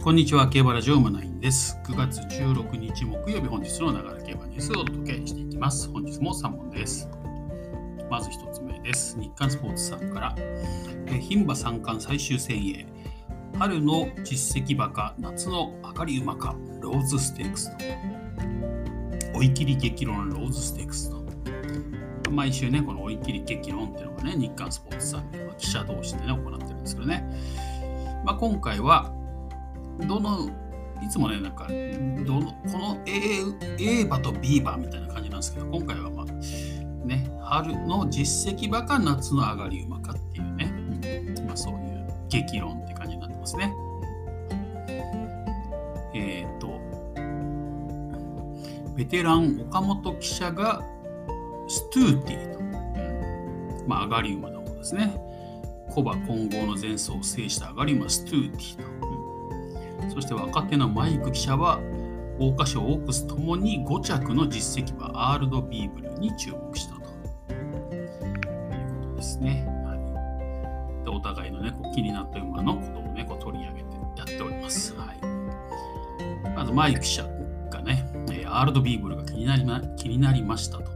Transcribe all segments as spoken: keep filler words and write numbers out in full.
こんにちは、競馬ラジオ馬ナインです。くがつじゅうろくにち木曜日、本日のながら競馬ニュースをお届けしていきます。本日もさんぼんです。まずひとつめです。日刊スポーツさんから、牝馬三冠最終戦へ、春の実績馬か、夏の上がり馬か、ローズステークスと、追い切り激論ローズステークスと、毎週ね、この追い切り激論っていうのがね、日刊スポーツさんでは記者同士でね、行ってるんですけどね。まあ、今回は、どの、いつもね、なんか、どのこの A, A 馬と B 馬みたいな感じなんですけど、今回はまあ、ね、春の実績馬か夏の上がり馬かっていうね、まあ、そういう激論って感じになってますね。えっと、ベテラン岡本記者がストゥーティーと、うん、まあ、上がり馬の方ですね。古馬混合の前走を制した上がり馬ストゥーティーと。そして若手のマイク記者は桜花賞オークスともにごちゃくの実績馬アールドビーブルに注目したということですね。はい、でお互いの、ね、こう気になった馬のことを、ね、こう取り上げてやっております。はい、まずマイク記者がね、アールドビーブルが気になりま、気になりましたと。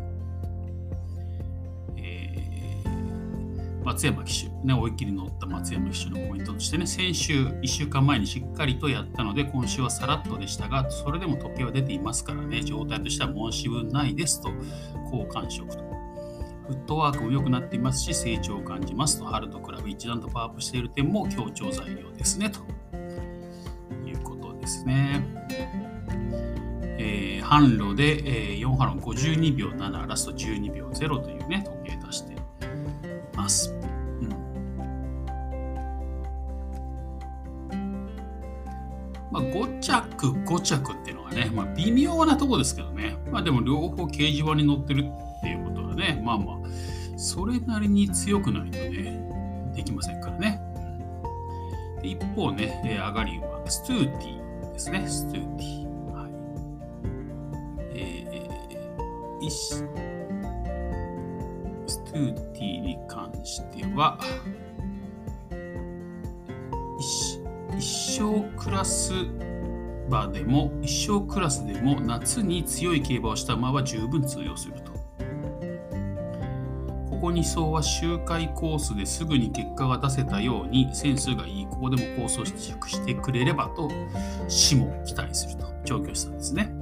松山騎手、ね、追い切り乗った松山騎手のポイントとしてね、先週いっしゅうかんまえにしっかりとやったので、今週はさらっとでしたが、それでも時計は出ていますからね、状態としては申し分ないですと、好感触と。フットワークも良くなっていますし、成長を感じますと、春と比べ一段とパワーアップしている点も強調材料ですね、ということですね。えー、販路で、えー、よんハロンごじゅうにびょうなな、ラストじゅうにびょうゼロというね、時計出しています。うん、まあ、ご着ご着っていうのはね、まあ、微妙なところですけどね、まあ、でも両方掲示板に載ってるっていうことはね、まあまあそれなりに強くないとねできませんからね。で一方ね、えー、上がり馬ストゥーティーですね。ストゥーティー、はい、えー、ストゥーティーに関しては一生クラス馬でも一生クラスでも夏に強い競馬をした馬は十分通用すると。ここに走は周回コースですぐに結果が出せたようにセンスがいいここでもコースを試着してくれればと死も期待すると調教したんですね。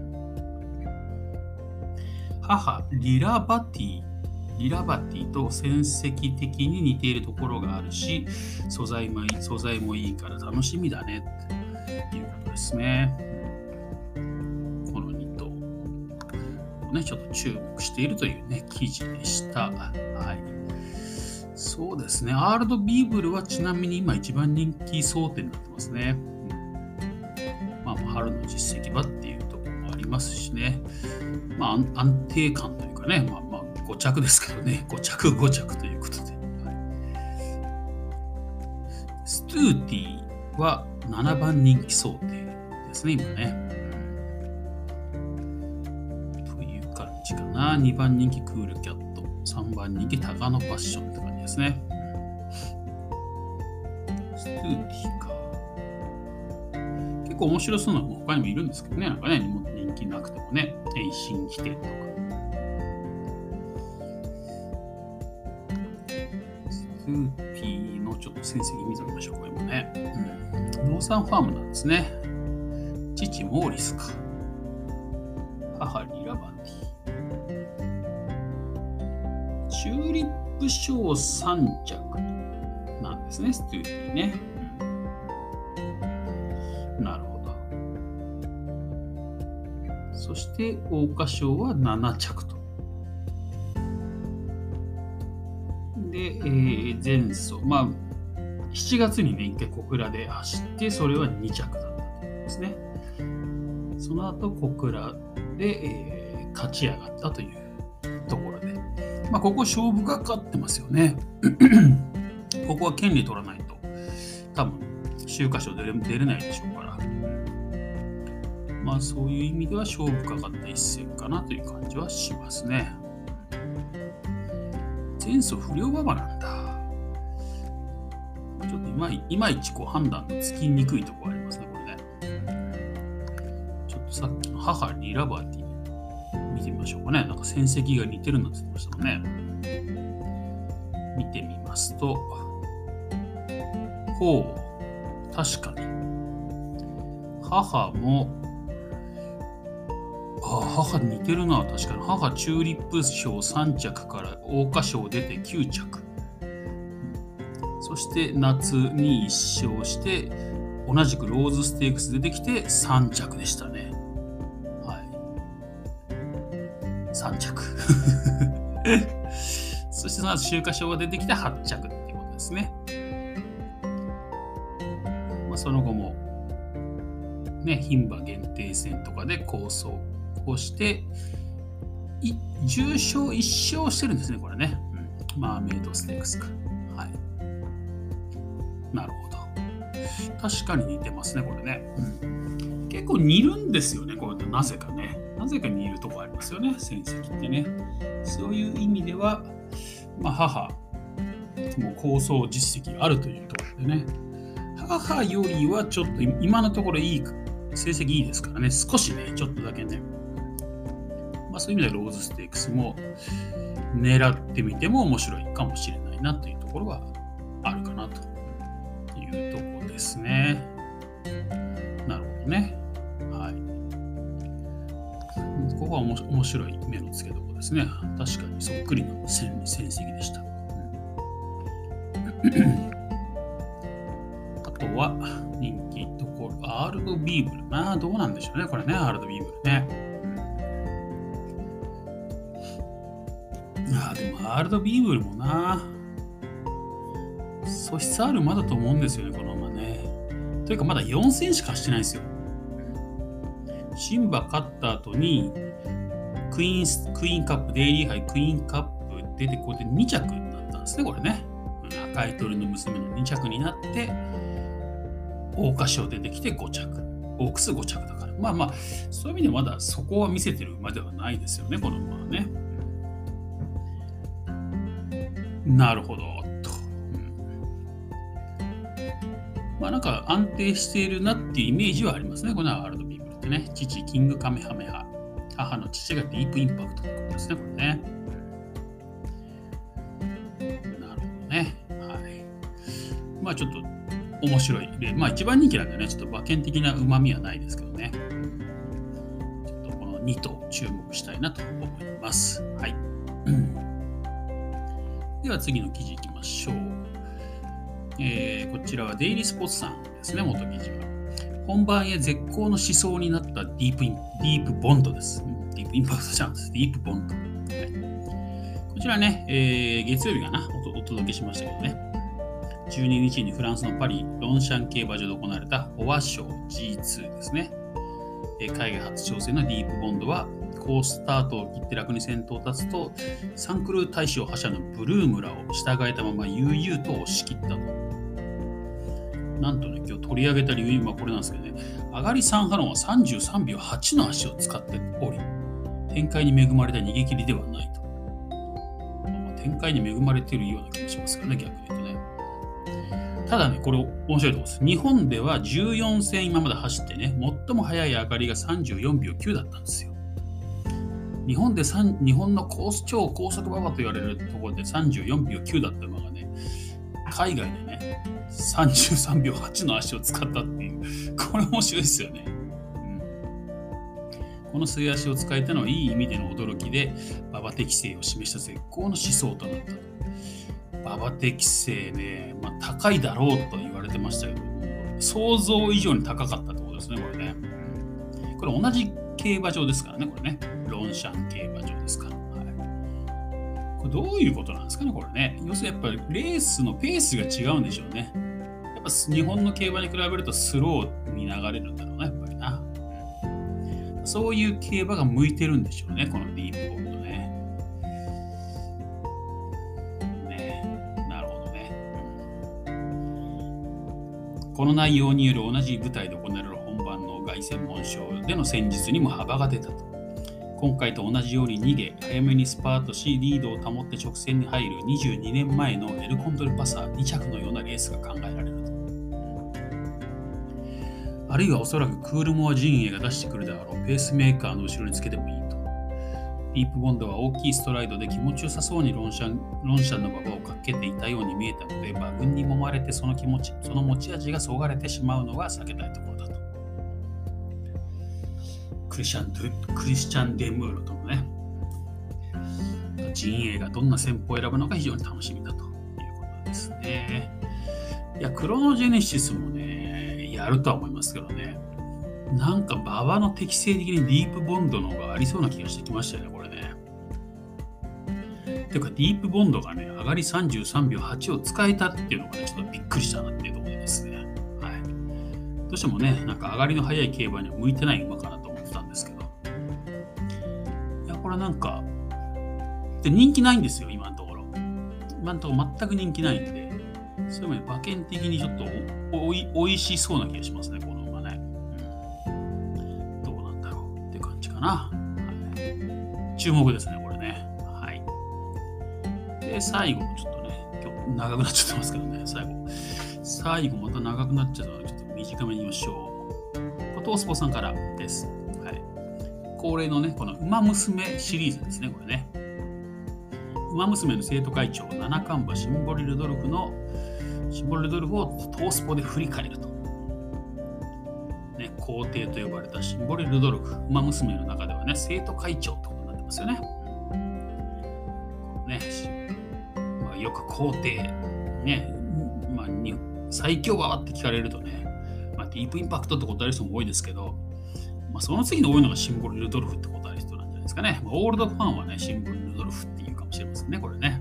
母リラバティリラバティと戦績的に似ているところがあるし、素材もいい、素材もいいから楽しみだねということですね。このに頭をね、ちょっと注目しているというね、記事でした。はい。そうですね。アールドビーブルはちなみに今一番人気争点になってますね。うん、まあ、春の実績馬っていうところもありますしね。まあ、安定感というかね、まあまあご着ですからね、ご着ご着ということで、はい、ストゥーティーはななばん人気想定ですね、今ね。という感じかな。にばん人気クールキャット、さんばん人気タガノパッションって感じですね。ストゥーティーか。結構面白そうなのも他にもいるんですけどね、なんかね、人気なくてもね、遠心規定とか。ストゥーティーのちょっと成績見てみましょうか、今ね。うん、ノーサンファームなんですね。父モーリスか。母リラバティ。チューリップ賞さん着なんですね、ストゥーティーね。うん、なるほど。そして桜花賞はなな着と。で、えー、前走、まあ、しちがつにね、いっかい小倉で走って、それはに着だったということですね。その後、小倉で、えー、勝ち上がったというところで、まあ、ここ勝負がかかってますよね。ここは権利取らないと、多分、秋華賞出れ、出れないでしょうから、まあ、そういう意味では勝負かかった一戦かなという感じはしますね。前走不良馬場なんだ。ちょっといまい、いまいちこう判断のつきにくいところありますさっきの母リラバティ見てみましょうかね。なんか戦績が似てるなんて言ってましたもんね。見てみますと、ほう、確かに。母も、ああ、母似てるな、確かに。母、チューリップ賞さん着から桜花賞出てきゅう着。そして夏にいっ勝して、同じくローズステークス出てきてさん着でしたね。はい。さん着。そしてその後、秋華賞が出てきてはち着っていうことですね。まあ、その後も、ね、牝馬限定戦とかで構想をして、じゅう勝いっ勝してるんですね、これね。うん、マーメイドステークスか。はい。なるほど。確かに似てますね、これね。うん、結構似るんですよね、こうやってなぜかね。なぜか似るとこありますよね、戦績ってね。そういう意味では、まあ、母、もう構想実績があるというところでね。母よりはちょっと今のところいい、成績いいですからね。少しね、ちょっとだけね。まあ、そういう意味ではローズステークスも狙ってみても面白いかもしれないなというところはあるかなというところですね。なるほどね。はい。ここは面白い目の付けどころですね。確かにそっくりの戦績でした。あとは人気ところ、アールドビーブル。まあどうなんでしょうね、これね、アールドビーブルね。ああ、でもアールドビーブルもな、素質ある馬だと思うんですよね、この馬ね。というかまだよん戦しかしてないんですよ。シンバ勝った後にクイーン、クイーンカップ、デイリー杯クイーンカップ出てこうやってに着になったんですね、これね。赤い鳥の娘のに着になって、桜花賞出てきてご着。オークスご着だから。まあまあ、そういう意味でまだそこは見せてる馬ではないですよね、この馬はね。なるほど、と。うん、まあなんか安定しているなっていうイメージはありますね、このアールドビーブルってね。父、キングカメハメハ。母の父がディープインパクトということですね、これね。なるほどね。はい。まあちょっと面白い。で、まあ一番人気なんでね、ちょっと馬券的な旨味はないですけどね。ちょっとこのに頭注目したいなと思います。はい。では次の記事いきましょう。えー、こちらはデイリースポーツさんですね、元記事は。本番へ絶好の思想になったディープイン、ディープボンドです。ディープインパクトチャンス、ディープボンド。はい、こちらね、えー、月曜日かなお、お届けしましたけどね。じゅうににちにフランスのパリ、ロンシャン競馬場で行われたフォア賞 ジーツー ですね。えー、海外初挑戦のディープボンドは、好スタートを切って楽に先頭を立つと、サンクルー大賞覇者のブルームラを従えたまま悠々と押し切ったと。なんとね、今日取り上げた理由はこれなんですけどね、上がりさんハロンはさんじゅうさんびょうはちの足を使っており、展開に恵まれた逃げ切りではないと。まあ、展開に恵まれているような気もしますからね、逆に言うとね。ただね、これ面白いところです。日本ではじゅうよん戦今まで走ってね、最も速い上がりがさんじゅうよんびょうきゅうだったんですよ。日本で日本の高超高速馬場と言われるところでさんじゅうよんびょうきゅうだった馬がね、海外でね、さんじゅうさんびょうはちの足を使ったっていう、これ面白いですよね。うん、この末足を使えたのはいい意味での驚きで、馬場適性を示した絶好の思想となったと。馬場適性ね、まあ、高いだろうと言われてましたけど、想像以上に高かったってことですね、これね。これ同じ競馬場ですからね、これね。ロンシャン競馬場ですから。はい、これどういうことなんですかね、これね。要するにやっぱりレースのペースが違うんでしょうね。やっぱ日本の競馬に比べるとスローに流れるんだろうな、やっぱりな。そういう競馬が向いてるんでしょうね、このディープボンドね。ね、なるほどね。この内容による同じ舞台で行われる本番の凱旋門賞での戦術にも幅が出たと。今回と同じように逃げ、早めにスパートし、リードを保って直線に入るにじゅうにねんまえのエルコンドルパサーに着のようなレースが考えられると。 あるいはおそらくクールモア陣営が出してくるであろうペースメーカーの後ろにつけてもいいと。ディープボンドは大きいストライドで気持ちよさそうにロンシャン、ロンシャンの馬場をかけていたように見えたので、馬群に揉まれてその気持ち、その持ち味がそがれてしまうのが避けたいところだと。クリスチャン・ドゥ、クリスチャン・デムーロとのね、陣営がどんな戦法を選ぶのか非常に楽しみだということですね。いや、クロノジェネシスもね、やるとは思いますけどね。なんか馬場の適性的にディープボンドの方がありそうな気がしてきましたよね、これね。ていうか、ディープボンドがね、上がりさんじゅうさんびょうはちを使えたっていうのがね、ちょっとびっくりしたなっていうところですね。はい。どうしてもね、なんか上がりの早い競馬には向いてない馬かなと思ってたんですけど。いや、これなんか、で人気ないんですよ、今のところ。今のところ全く人気ないんで、そういう意味で馬券的にちょっとおおいおいしそうな気がしますね、この馬ね。どうなんだろうって感じかな。はい、注目ですね、これね。はい。で、最後もちょっとね、今日長くなっちゃってますけどね、最後。最後また長くなっちゃうので、ちょっと短めに言いましょう。トースポさんからです。はい。恒例のね、この馬娘シリーズですね、これね。馬娘の生徒会長、七冠馬シンボリ・ルドルフのシンボリ・ルドルフをトースポで振り返ると。ね、皇帝と呼ばれたシンボリ・ルドルフ、馬娘の中ではね、生徒会長ってことになってますよね。ね、まあ、よく皇帝、ね、まあ、最強馬って聞かれるとね、まあ、ディープインパクトって答える人も多いですけど、まあ、その次に多いのがシンボリ・ルドルフって答える人なんじゃないですかね。まあ、オールドファンはね、シンボリ・ルドルフっていうかもしれませんね、これね。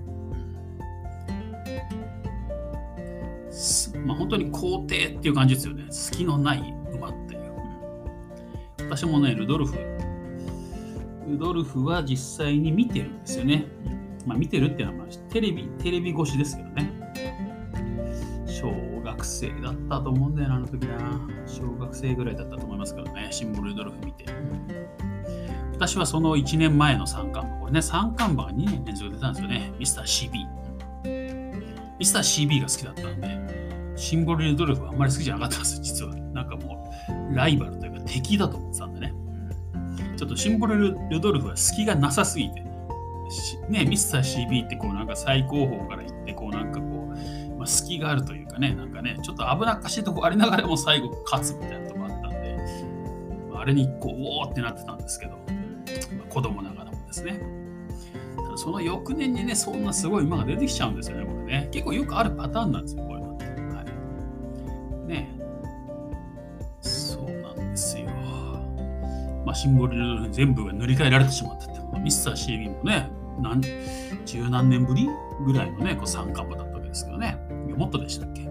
まあ、本当に皇帝っていう感じですよね。隙のない馬っていう。私もね、ルドルフ、ルドルフは実際に見てるんですよね。まあ、見てるっていうのは、まあ、テレビ、テレビ越しですけどね。小学生だったと思うんだよな、あの時な。小学生ぐらいだったと思いますけどね、シンボルルドルフ見て。私はそのいちねんまえの三冠馬、これね、三冠馬がにねん連続出たんですよね。ミスター シービー。ミスター シービー が好きだったんで、シンボルルドルフはあんまり好きじゃなかったんですよ、実は。なんかもう、ライバルというか敵だと思ってたんでね。ちょっとシンボルルドルフは隙がなさすぎて、ね、ミスター シービー ってこうなんか最高峰から行って、こうなんかこう、まあ、隙があるというかね、なんかね、ちょっと危なっかしいとこありながらも最後勝つみたいなとこあったんで、あれにこう、おーってなってたんですけど、まあ、子供ながらもですね。ただその翌年にね、そんなすごい馬が出てきちゃうんですよね、これね。結構よくあるパターンなんですよ、こういうのって。はい。ね。そうなんですよ。まあ、シンボル全部が塗り替えられてしまったって。まあ、ミスター シービー もね、何十何年ぶりぐらいのね、こう三冠馬だったわけですけどね。もっとでしたっけ？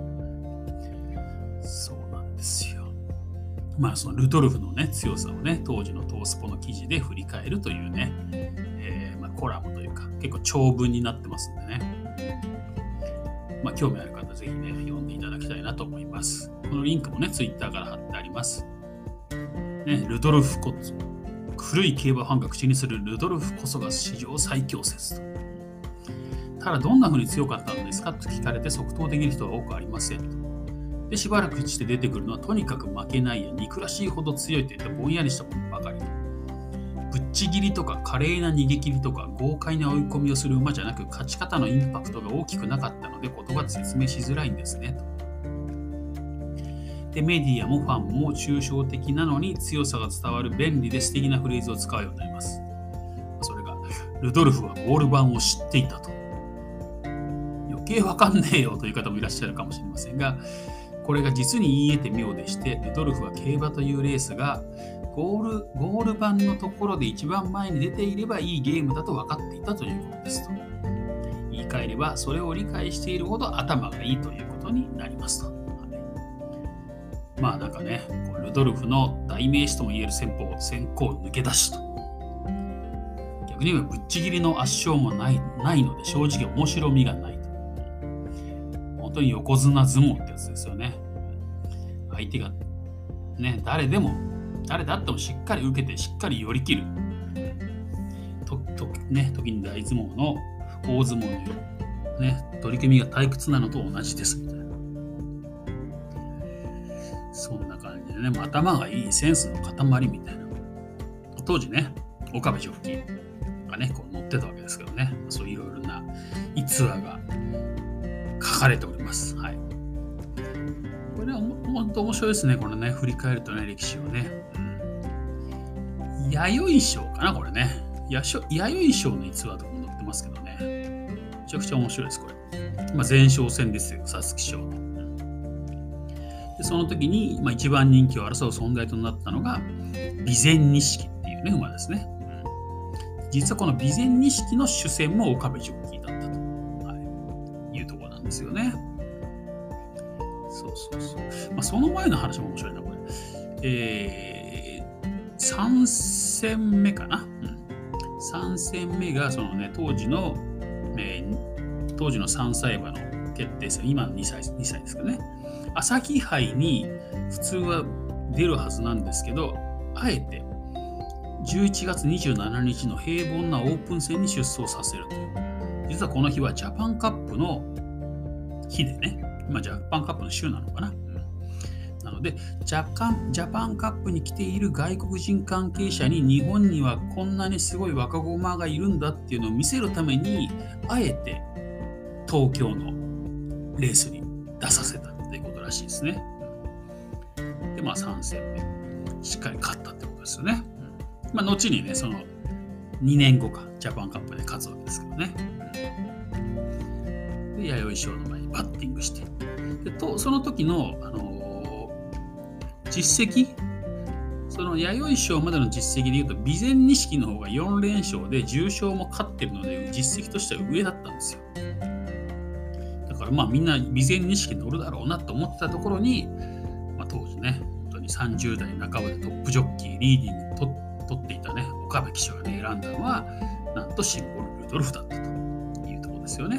そうなんですよ。まあそのルドルフのね強さをね当時のトースポの記事で振り返るというね、えーまあ、コラムというか結構長文になってますんでね、まあ興味ある方ぜひね読んでいただきたいなと思います。このリンクもねツイッターから貼ってあります。ね、ルドルフこそ古い競馬ファンが口にするルドルフこそが史上最強説と。ただどんな風に強かったのですかと聞かれて即答できる人は多くありませんと。でしばらくして出てくるのはとにかく負けないや憎らしいほど強いといったぼんやりしたものばかりと。ぶっちぎりとか華麗な逃げ切りとか豪快な追い込みをする馬じゃなく勝ち方のインパクトが大きくなかったので言葉で説明しづらいんですねと。でメディアもファンも抽象的なのに強さが伝わる便利で素敵なフレーズを使うようになります。それがルドルフはゴール板を知っていたと。余計わかんねえよという方もいらっしゃるかもしれませんが、これが実に言い得て妙でして、ルドルフは競馬というレースがゴール、ゴール板のところで一番前に出ていればいいゲームだと分かっていたということですと。言い換えれば、それを理解しているほど頭がいいということになりますと。はい、まあなんかね、ルドルフの代名詞とも言える戦法、先行抜け出しと。逆に言えばぶっちぎりの圧勝もない、ないので正直面白みがないと。本当に横綱相撲ってやつですよね。相手がね、誰でも、誰であってもしっかり受けてしっかり寄り切る。と、と、ね、時に大相撲の大相撲のよ、ね、取り組みが退屈なのと同じですみたいな。そんな感じでね、まあ、頭がいいセンスの塊みたいな。当時ね、岡部ジョッキーがね、こう載ってたわけですけどね、そういろいろな逸話が書かれております。はい。これは本当面白いですね、これね、振り返るとね、歴史をね。うん、弥生賞かな、これね。弥生賞の逸話とかも載ってますけどね。めちゃくちゃ面白いです、これ。まあ、前哨戦ですよ、皐月賞の。でその時に、まあ、一番人気を争う存在となったのが、備前錦っていうね、馬ですね。うん、実はこの備前錦の主戦も岡部ジョッキーだったと、はい、いうところなんですよね。そうそうそう。まあ、その前の話も面白いな、これ。えー、さん戦目かな。うん、さん戦目が、そのね、当時の、えー、当時のさんさい馬の決定戦、今のにさい、にさいですかね。朝日杯に普通は出るはずなんですけど、あえてじゅういちがつにじゅうしちにちの平凡なオープン戦に出走させるという。実はこの日はジャパンカップの日でね、今ジャパンカップの週なのかな。なのでジャパン、ジャパンカップに来ている外国人関係者に日本にはこんなにすごい若駒がいるんだっていうのを見せるために、あえて東京のレースに出させたっていうことらしいですね。で、まあさん戦目、しっかり勝ったってことですよね。まあ、後にね、そのにねんごか、ジャパンカップで勝つわけですけどね。で、弥生賞の前にバッティングして、でとその時の、あのー、実績、その弥生賞までの実績でいうと、備前錦の方がよん連勝でじゅう勝も勝ってるので、実績としては上だったんですよ。だからまあみんな備前錦乗るだろうなと思ってたところに、まあ、当時ね、本当にさんじゅう代半ばでトップジョッキー、リーディングと取っていたね、岡部騎手がね、選んだのは、なんとシンボルルドルフだったというところですよね。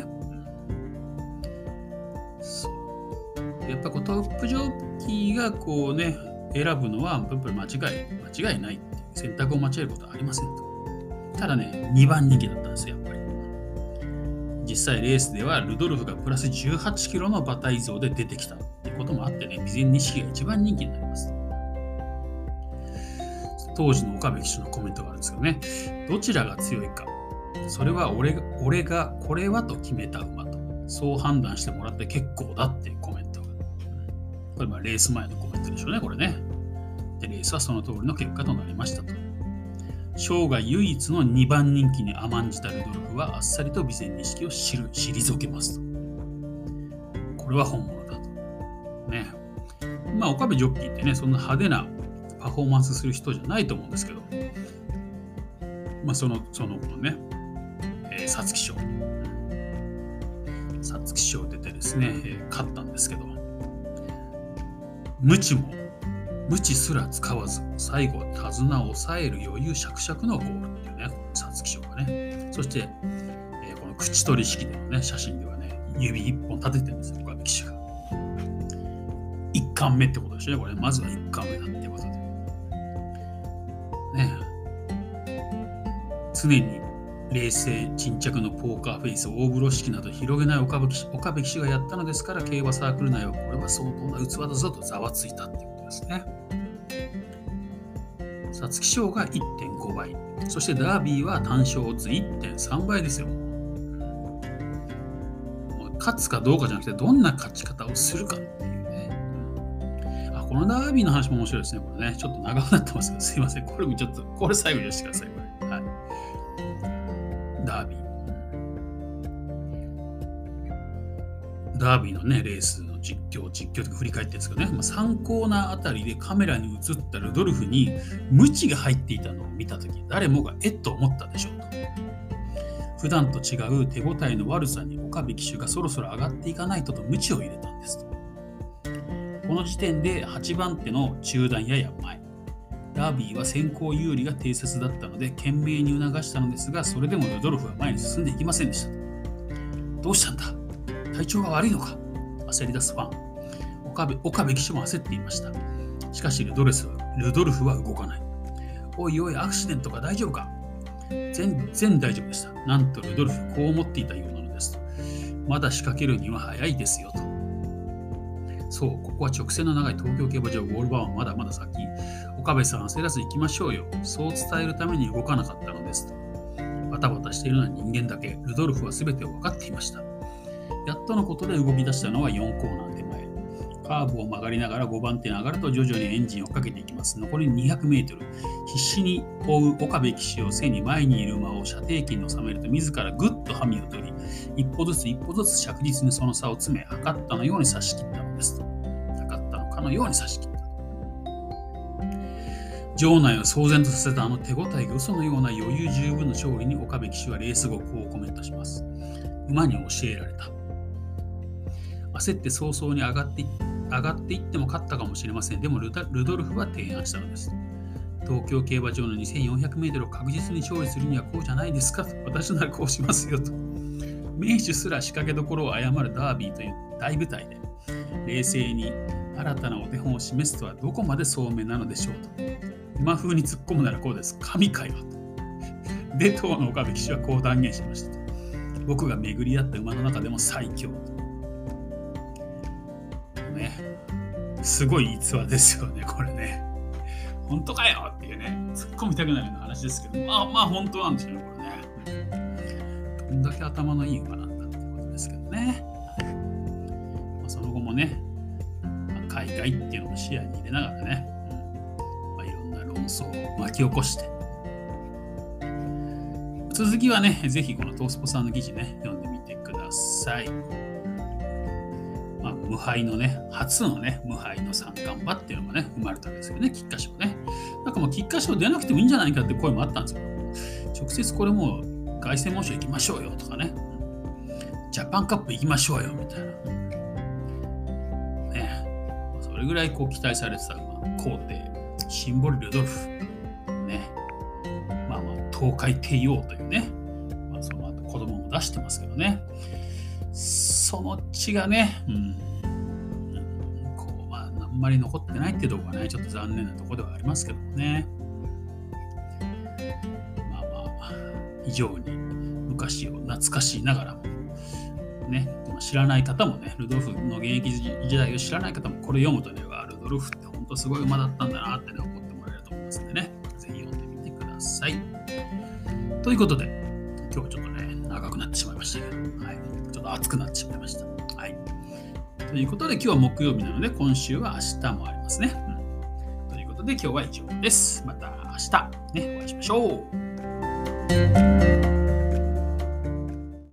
そうやっぱこうトップジョッキーがこうね、選ぶのはやっぱり間違い、間違いないっていう選択を間違えることはありませんと。ただね、にばん人気だったんですよ、やっぱり。実際レースではルドルフがプラスじゅうはちキロの馬体増で出てきたっていうこともあってね、備前錦が一番人気になります。当時の岡部騎手のコメントがあるんですけどね、どちらが強いか、それは俺が、俺がこれはと決めた馬と、そう判断してもらって結構だっていうコメントが。これまあレース前のコメントでしょうね、これね。で、レースはその通りの結果となりましたと。生涯唯一のにばん人気に甘んじたルドルフはあっさりと備前錦を知る退けますと。これは本物だと。ね。まあ岡部ジョッキーってね、そんな派手なパフォーマンスする人じゃないと思うんですけど、まあその、その子のね、皐月賞。皐月賞出てですね、えー、勝ったんですけど、無知も、無知すら使わず、最後は手綱を抑える余裕しゃくしゃくのゴールっていうね、皐月賞がね。そして、えー、この口取り式でのね、写真ではね、指一本立ててるんですよ、岡部騎手が。一冠目ってことですね、これ。まずは一冠目だっていうことで。ね、常に冷静沈着のポーカーフェイス、大風呂敷など広げない岡部騎手、岡部騎手がやったのですから、競馬サークル内はこれは相当な器だぞとざわついたっていうことですね。皐月賞が いってんご 倍、そしてダービーは単勝オッズ いってんさん 倍ですよ。もう勝つかどうかじゃなくて、どんな勝ち方をするかっていうね。あ、このダービーの話も面白いですね。これね、ちょっと長くなってますけど、すいません。これもちょっと、これ最後にしてください。これ、はい。ダービー。ダービーのね、レースの実況、実況とか振り返ってるんですけどね、まあ、さんコーナーあたりでカメラに映ったルドルフにムチが入っていたのを見たとき、誰もがえっと思ったでしょうと。普段と違う手応えの悪さに岡部騎手がそろそろ上がっていかないととムチを入れたんですと。この時点ではちばん手の中段やや前。ダービーは先行有利が定説だったので懸命に促したのですが、それでもルドルフは前に進んでいきませんでしたと。どうしたんだ、体調が悪いのか、焦り出すファン。岡部、岡部騎手も焦っていました。しかしルドルフは、ルドルフは動かない。おいおい、アクシデントが大丈夫か。全然大丈夫でした。なんとルドルフこう思っていたようなのですと。まだ仕掛けるには早いですよと。 そう、ここは直線の長い東京競馬場、ゴールバーはまだまだ先。岡部さん、焦らず行きましょうよ。そう伝えるために動かなかったのですと。バタバタしているのは人間だけ。ルドルフは全てを分かっていました。やっとのことで動き出したのはよんコーナー手前。カーブを曲がりながらごばん手に上がると徐々にエンジンをかけていきます。残りにひゃくメートル。必死に追う岡部騎手を背に前にいる馬を射程圏に収めると自らぐっとハミを取り、一歩ずつ一歩ずつ着実にその差を詰め、測ったのように差し切ったのですと。測ったのかのように差し切った。場内を騒然とさせたあの手応えが嘘のような余裕十分の勝利に岡部騎手はレース後こうコメントします。馬に教えられた。焦って早々に上がってい上がっていっても勝ったかもしれません。でもルドルフは提案したのです。東京競馬場のにせんよんひゃくメートルを確実に勝利するにはこうじゃないですかと。私ならこうしますよと。名手すら仕掛けどころを誤るダービーという大舞台で冷静に新たなお手本を示すとはどこまで聡明なのでしょうと。今風に突っ込むならこうです。神かよと。で、当の岡部騎手はこう断言しましたと。僕が巡り合った馬の中でも最強と。ね、すごい逸話ですよね、これね。本当かよっていうね、突っ込みたくなるような話ですけど、まあまあ本当なんですよね、これね。どんだけ頭のいい馬なんだってことですけどね。まあ、その後もね、まあ、海外っていうのも視野に入れながらね、うんまあ、いろんな論争を巻き起こして。続きはね、ぜひこのトースポさんの記事ね、読んでみてください。まあ、無敗のね、初のね、無敗の三冠馬っていうのがね、生まれたわけですよね、菊花賞ね。なんかもう菊花賞出なくてもいいんじゃないかって声もあったんですよ。直接これもう凱旋門賞行きましょうよとかね、ジャパンカップ行きましょうよみたいな。ね、それぐらいこう期待されてた馬、皇帝、シンボル・ルドルフ、ね、まあまあ、東海帝王というね、まあ、その後子供も出してますけどね。その血がね、うん、こうまあ、あんまり残ってないっていうところがね、ちょっと残念なところではありますけどもね。まあまあ、非常に昔を懐かしいながらも、ね、知らない方もね、ルドルフの現役時代を知らない方もこれ読むとね、ルドルフって本当すごい馬だったんだなってね、思ってもらえると思いますんでね、ぜひ読んでみてください。ということで、今日はちょっとね、長くなってしまいましたけど、はい、ちょっと熱くなってしまいました。はい。ということで、今日は木曜日なので、今週は明日もありますね。うん、ということで、今日は以上です。また明日、ね、お会いしましょう。